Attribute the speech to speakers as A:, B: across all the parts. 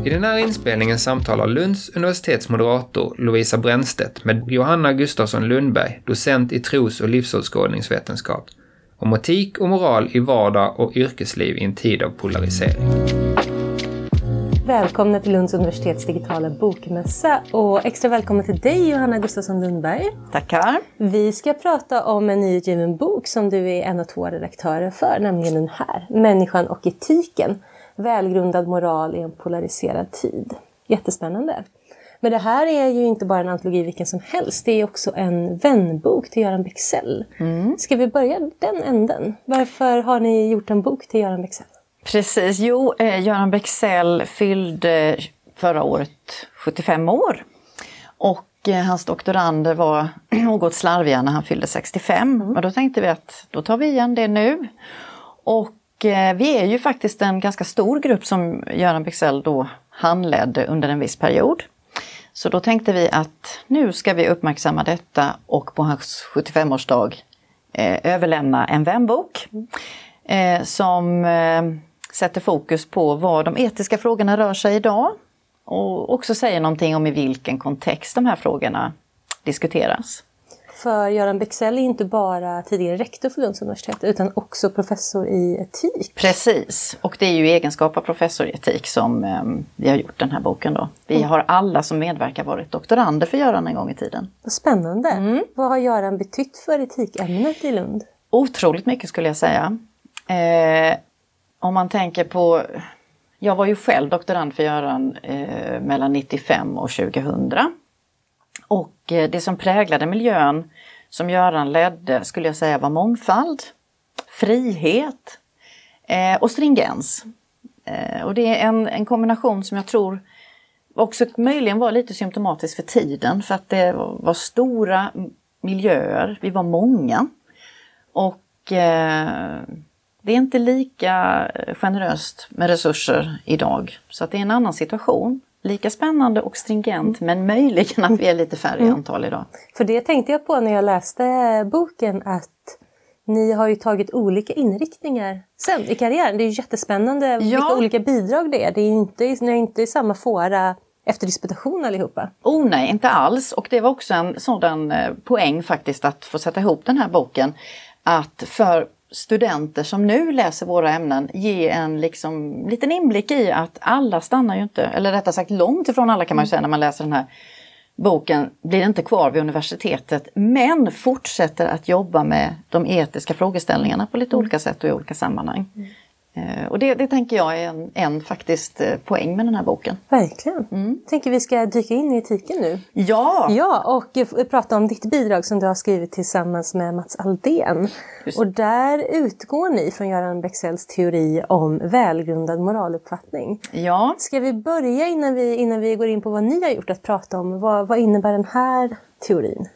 A: I den här inspelningen samtalar Lunds universitets moderator Lovisa Brännstedt med Johanna Gustafsson Lundberg, docent i tros- och livsåskådningsvetenskap, om etik och moral i vardag och yrkesliv i en tid av polarisering.
B: Välkomna till Lunds universitets digitala bokmässa och extra välkommen till dig Johanna Gustafsson Lundberg.
C: Tackar.
B: Vi ska prata om en nyutgiven bok som du är en av 2 redaktörer för, nämligen den här, Människan och etiken. Välgrundad moral i en polariserad tid. Jättespännande. Men det här är ju inte bara en antologi vilken som helst. Det är också en vänbok till Göran Bexell. Ska vi börja den änden? Varför har ni gjort en bok till Göran Bexell?
C: Precis, Göran Bexell fyllde förra året 75 år. Och hans doktorander var något slarviga när han fyllde 65. Och då tänkte vi att då tar vi igen det nu. Och vi är ju faktiskt en ganska stor grupp som Göran Bexell då handledde under en viss period. Så då tänkte vi att nu ska vi uppmärksamma detta och på hans 75-årsdag överlämna en vänbok som sätter fokus på vad de etiska frågorna rör sig idag och också säger någonting om i vilken kontext de här frågorna diskuteras.
B: För Göran Bexell är inte bara tidigare rektor för Lunds universitet utan också professor i etik.
C: Precis, och det är ju i egenskap av professor i etik som vi har gjort den här boken då. Vi har alla som medverkar varit doktorander för Göran en gång i tiden.
B: Vad spännande. Vad har Göran betytt för etikämnet i Lund?
C: Otroligt mycket skulle jag säga. Om man tänker på, jag var ju själv doktorand för Göran mellan 95 och 2000. Och det som präglade miljön som Göran ledde skulle jag säga var mångfald, frihet och stringens. Och det är en kombination som jag tror också möjligen var lite symptomatisk för tiden. För att det var stora miljöer, vi var många. Och det är inte lika generöst med resurser idag. Så att det är en annan situation. Lika spännande och stringent men möjligen att vi är lite färre i antal idag.
B: För det tänkte jag på när jag läste boken att ni har ju tagit olika inriktningar sen i karriären. Det är ju jättespännande vilka olika bidrag det är. Ni är inte i samma fåra efter disputation allihopa.
C: Nej, inte alls. Och det var också en sådan poäng faktiskt att få sätta ihop den här boken. Att för studenter som nu läser våra ämnen ge en liten inblick i att alla stannar ju inte, eller rättare sagt långt ifrån alla kan man ju säga när man läser den här boken, blir inte kvar vid universitetet men fortsätter att jobba med de etiska frågeställningarna på lite olika sätt och i olika sammanhang. Och det tänker jag är en faktiskt poäng med den här boken.
B: Verkligen. Tänker vi ska dyka in i etiken nu.
C: Ja,
B: och prata om ditt bidrag som du har skrivit tillsammans med Mats Aldén. Och där utgår ni från Göran Bexells teori om välgrundad moraluppfattning.
C: Ja.
B: Ska vi börja innan vi går in på vad ni har gjort att prata om? Vad innebär den här teorin?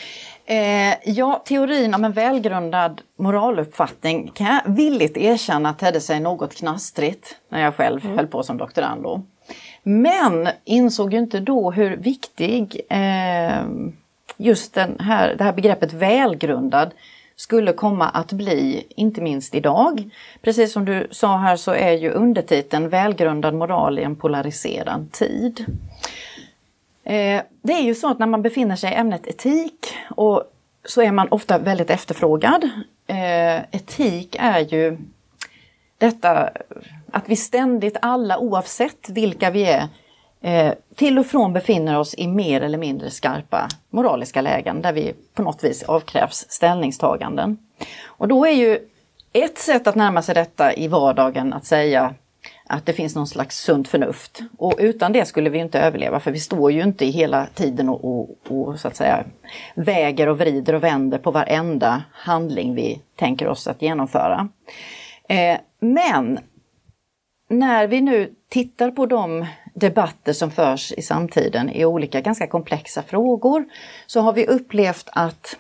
C: Teorin om en välgrundad moraluppfattning kan jag villigt erkänna att tedde sig något knastrigt när jag själv höll på som doktorand då. Men insåg ju inte då hur viktig just det här begreppet välgrundad skulle komma att bli, inte minst idag. Precis som du sa här så är ju undertiteln välgrundad moral i en polariserad tid. Det är ju så att när man befinner sig i ämnet etik och så är man ofta väldigt efterfrågad. Etik är ju detta att vi ständigt alla oavsett vilka vi är till och från befinner oss i mer eller mindre skarpa moraliska lägen där vi på något vis avkrävs ställningstaganden. Och då är ju ett sätt att närma sig detta i vardagen att säga att det finns någon slags sunt förnuft. Och utan det skulle vi inte överleva för vi står ju inte hela tiden och så att säga väger och vrider och vänder på varenda handling vi tänker oss att genomföra. Men när vi nu tittar på de debatter som förs i samtiden i olika ganska komplexa frågor så har vi upplevt att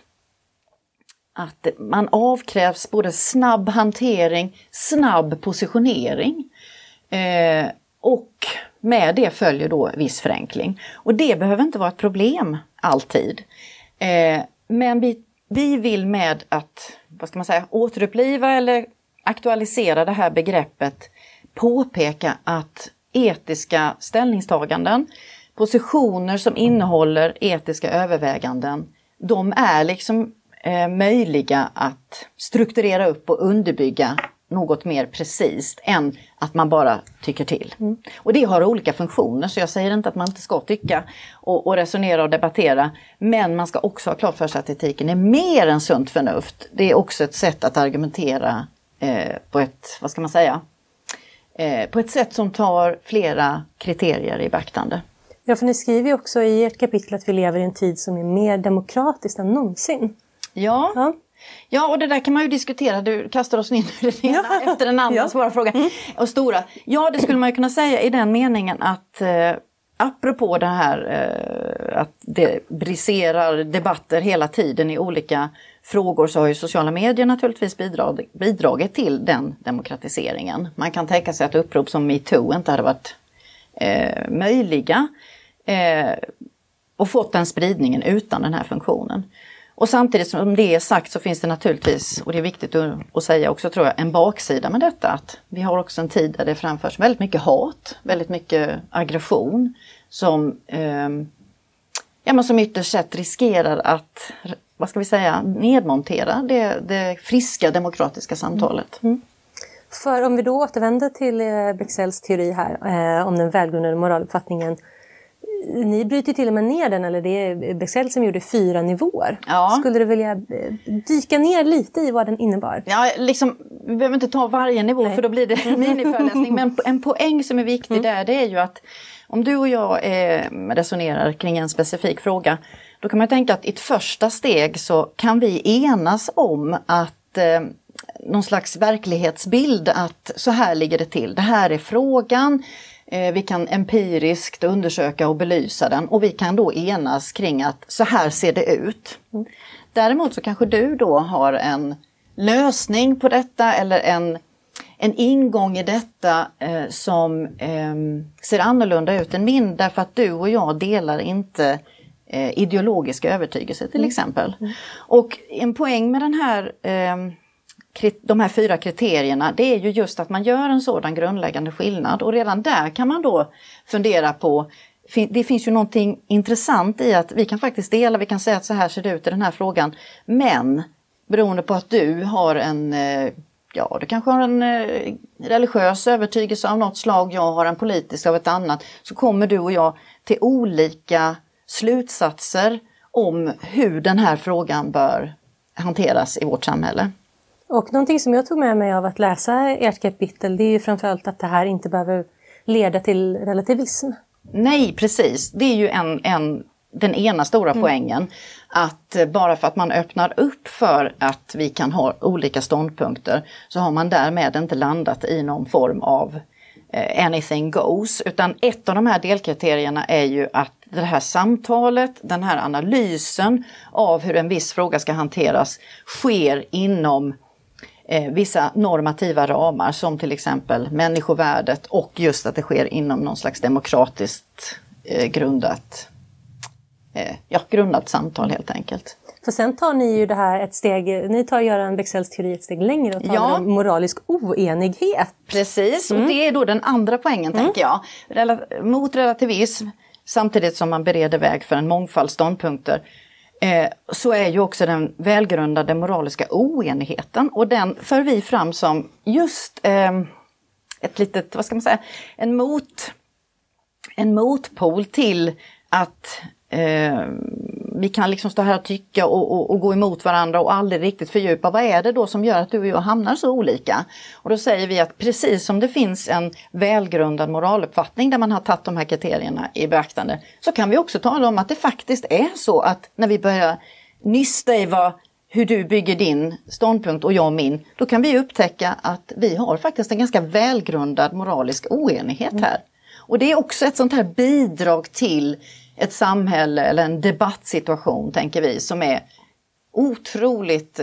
C: man avkrävs både snabb hantering, snabb positionering och med det följer då viss förenkling. Och det behöver inte vara ett problem alltid. Men vi vill med att återuppliva eller aktualisera det här begreppet påpeka att etiska ställningstaganden, positioner som innehåller etiska överväganden, de är liksom möjliga att strukturera upp och underbygga något mer precis än att man bara tycker till. Och det har olika funktioner, så jag säger inte att man inte ska tycka och resonera och debattera, men man ska också ha klart för sig att etiken är mer än sunt förnuft. Det är också ett sätt att argumentera på ett, vad ska man säga, på ett sätt som tar flera kriterier i beaktande.
B: Ja, för ni skriver ju också i ert kapitel att vi lever i en tid som är mer demokratisk än någonsin.
C: Ja, och det där kan man ju diskutera. Du kastar oss in i den ena efter den andra svåra frågan. Och stora. Ja, det skulle man ju kunna säga i den meningen att apropå det här att det briserar debatter hela tiden i olika frågor, så har ju sociala medier naturligtvis bidragit till den demokratiseringen. Man kan tänka sig att upprop som MeToo inte hade varit möjliga och fått den spridningen utan den här funktionen. Och samtidigt som det är sagt så finns det naturligtvis, och det är viktigt att säga också tror jag, en baksida med detta. Att vi har också en tid där det framförs väldigt mycket hat, väldigt mycket aggression som, som ytterst sett riskerar att, vad ska vi säga, nedmontera det friska demokratiska samtalet.
B: För om vi då återvänder till Bexells teori här om den välgrundade moraluppfattningen. Ni bryter till och med ner den, eller det är Bexell som gjorde 4 nivåer. Ja. Skulle du vilja dyka ner lite i vad den innebar?
C: Ja, liksom, vi behöver inte ta varje nivå. Nej. För då blir det en miniföreläsning. Men en poäng som är viktig där, det är ju att om du och jag resonerar kring en specifik fråga, då kan man tänka att i ett första steg så kan vi enas om att någon slags verklighetsbild, att så här ligger det till. Det här är frågan. Vi kan empiriskt undersöka och belysa den, och vi kan då enas kring att så här ser det ut. Däremot så kanske du då har en lösning på detta eller en ingång i detta som ser annorlunda ut än min, därför att du och jag delar inte ideologiska övertygelser till exempel. Och en poäng med den här de här 4 kriterierna, det är ju just att man gör en sådan grundläggande skillnad, och redan där kan man då fundera på, det finns ju någonting intressant i att vi kan faktiskt dela, vi kan säga att så här ser det ut i den här frågan, men beroende på att du har du kanske har en religiös övertygelse av något slag, jag har en politisk av ett annat, så kommer du och jag till olika slutsatser om hur den här frågan bör hanteras i vårt samhälle.
B: Och någonting som jag tog med mig av att läsa ert kapitel, det är ju framförallt att det här inte behöver leda till relativism.
C: Nej, precis. Det är ju den ena stora poängen. Att bara för att man öppnar upp för att vi kan ha olika ståndpunkter, så har man därmed inte landat i någon form av anything goes. Utan ett av de här delkriterierna är ju att det här samtalet, den här analysen av hur en viss fråga ska hanteras, sker inom vissa normativa ramar, som till exempel människovärdet, och just att det sker inom någon slags demokratiskt grundat samtal helt enkelt.
B: För sen tar ni ju det här ett steg, ni tar Göran Bexells teori ett steg längre och talar om moralisk oenighet.
C: Precis, och det är då den andra poängen tänker jag. Mot relativism, samtidigt som man bereder väg för en mångfald ståndpunkter, så är ju också den välgrundade moraliska oenigheten, och den för vi fram som just ett litet, vad ska man säga, en motpol till att vi kan liksom stå här och tycka och gå emot varandra och aldrig riktigt fördjupa. Vad är det då som gör att du och jag hamnar så olika? Och då säger vi att precis som det finns en välgrundad moraluppfattning där man har tagit de här kriterierna i beaktande, så kan vi också tala om att det faktiskt är så att när vi börjar nysta i hur du bygger din ståndpunkt och jag min, då kan vi upptäcka att vi har faktiskt en ganska välgrundad moralisk oenighet här. Och det är också ett sånt här bidrag till ett samhälle eller en debattsituation, tänker vi, som är otroligt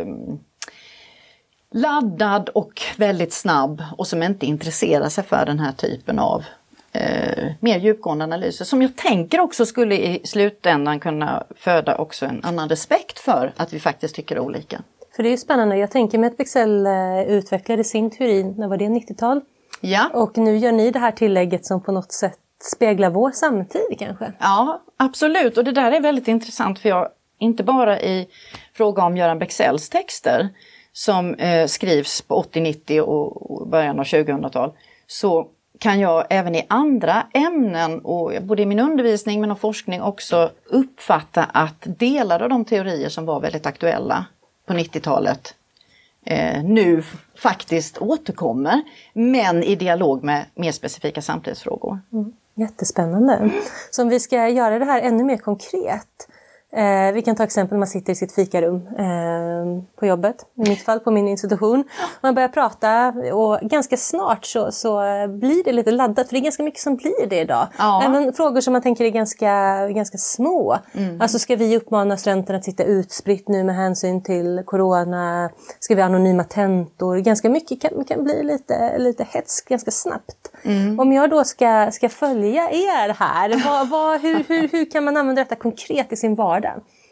C: laddad och väldigt snabb, och som inte intresserar sig för den här typen av mer djupgående analyser, som jag tänker också skulle i slutändan kunna föda också en annan respekt för att vi faktiskt tycker olika.
B: För det är ju spännande, jag tänker mig att Bexell utvecklade sin teori, när var det, 90-tal?
C: Ja.
B: Och nu gör ni det här tillägget som på något sätt speglar vår samtid kanske?
C: Ja, absolut. Och det där är väldigt intressant för jag, inte bara i fråga om Göran Bexells texter som skrivs på 80-, 90- och början av 2000-tal, så kan jag även i andra ämnen, och både i min undervisning men och forskning också, uppfatta att delar av de teorier som var väldigt aktuella på 90-talet nu faktiskt återkommer, men i dialog med mer specifika samtidsfrågor.
B: Jättespännande. Så om vi ska göra det här ännu mer konkret. Vi kan ta exempel när man sitter i sitt fikarum på jobbet, i mitt fall på min institution. Man börjar prata och ganska snart så blir det lite laddat, för det är ganska mycket som blir det idag.
C: Ja.
B: Även frågor som man tänker är ganska små. Alltså ska vi uppmana studenterna att sitta utspritt nu med hänsyn till corona? Ska vi ha anonyma tentor? Ganska mycket kan bli lite hets ganska snabbt. Om jag då ska följa er här, hur kan man använda detta konkret i sin vardag?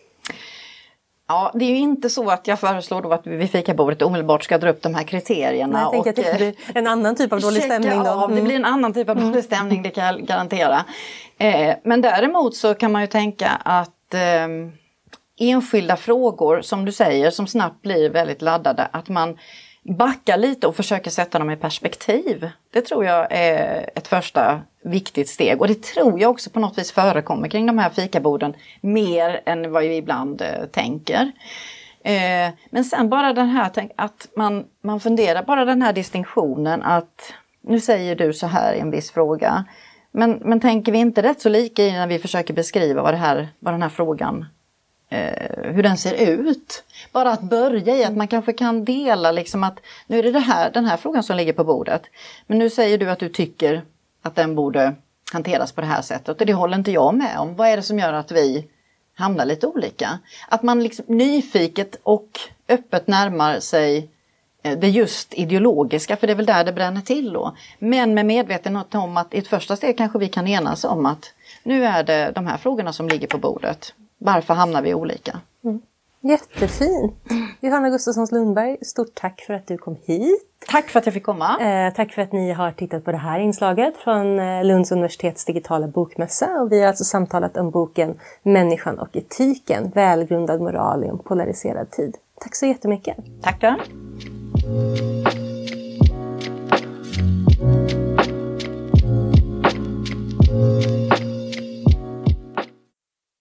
C: Ja, det är ju inte så att jag föreslår då att vi vid fikabordet omedelbart ska dra upp de här kriterierna.
B: Jag tänker att det blir en annan typ av dålig stämning då.
C: Det blir en annan typ av dålig stämning, det kan jag garantera. Men däremot så kan man ju tänka att enskilda frågor, som du säger, som snabbt blir väldigt laddade, att man backar lite och försöker sätta dem i perspektiv. Det tror jag är ett första viktigt steg. Och det tror jag också på något vis förekommer kring de här fikaborden mer än vad vi ibland tänker. Men sen bara den här, att man funderar, bara den här distinktionen att nu säger du så här i en viss fråga. Men tänker vi inte rätt så lika i när vi försöker beskriva vad den här frågan, hur den ser ut. Bara att börja i att man kanske kan dela liksom att nu är det den här frågan som ligger på bordet. Men nu säger du att du tycker att den borde hanteras på det här sättet. Och det håller inte jag med om. Vad är det som gör att vi hamnar lite olika? Att man liksom nyfiket och öppet närmar sig det just ideologiska. För det är väl där det bränner till då. Men med medvetenhet om att i ett första steg kanske vi kan enas om att nu är det de här frågorna som ligger på bordet. Varför hamnar vi olika?
B: Jättefint. Johanna Gustafsson Lundberg, stort tack för att du kom hit.
C: Tack för att jag fick komma.
B: Tack för att ni har tittat på det här inslaget från Lunds universitets digitala bokmässa. Och vi har alltså samtalat om boken Människan och etiken, välgrundad moral i en polariserad tid. Tack så jättemycket.
C: Tackar.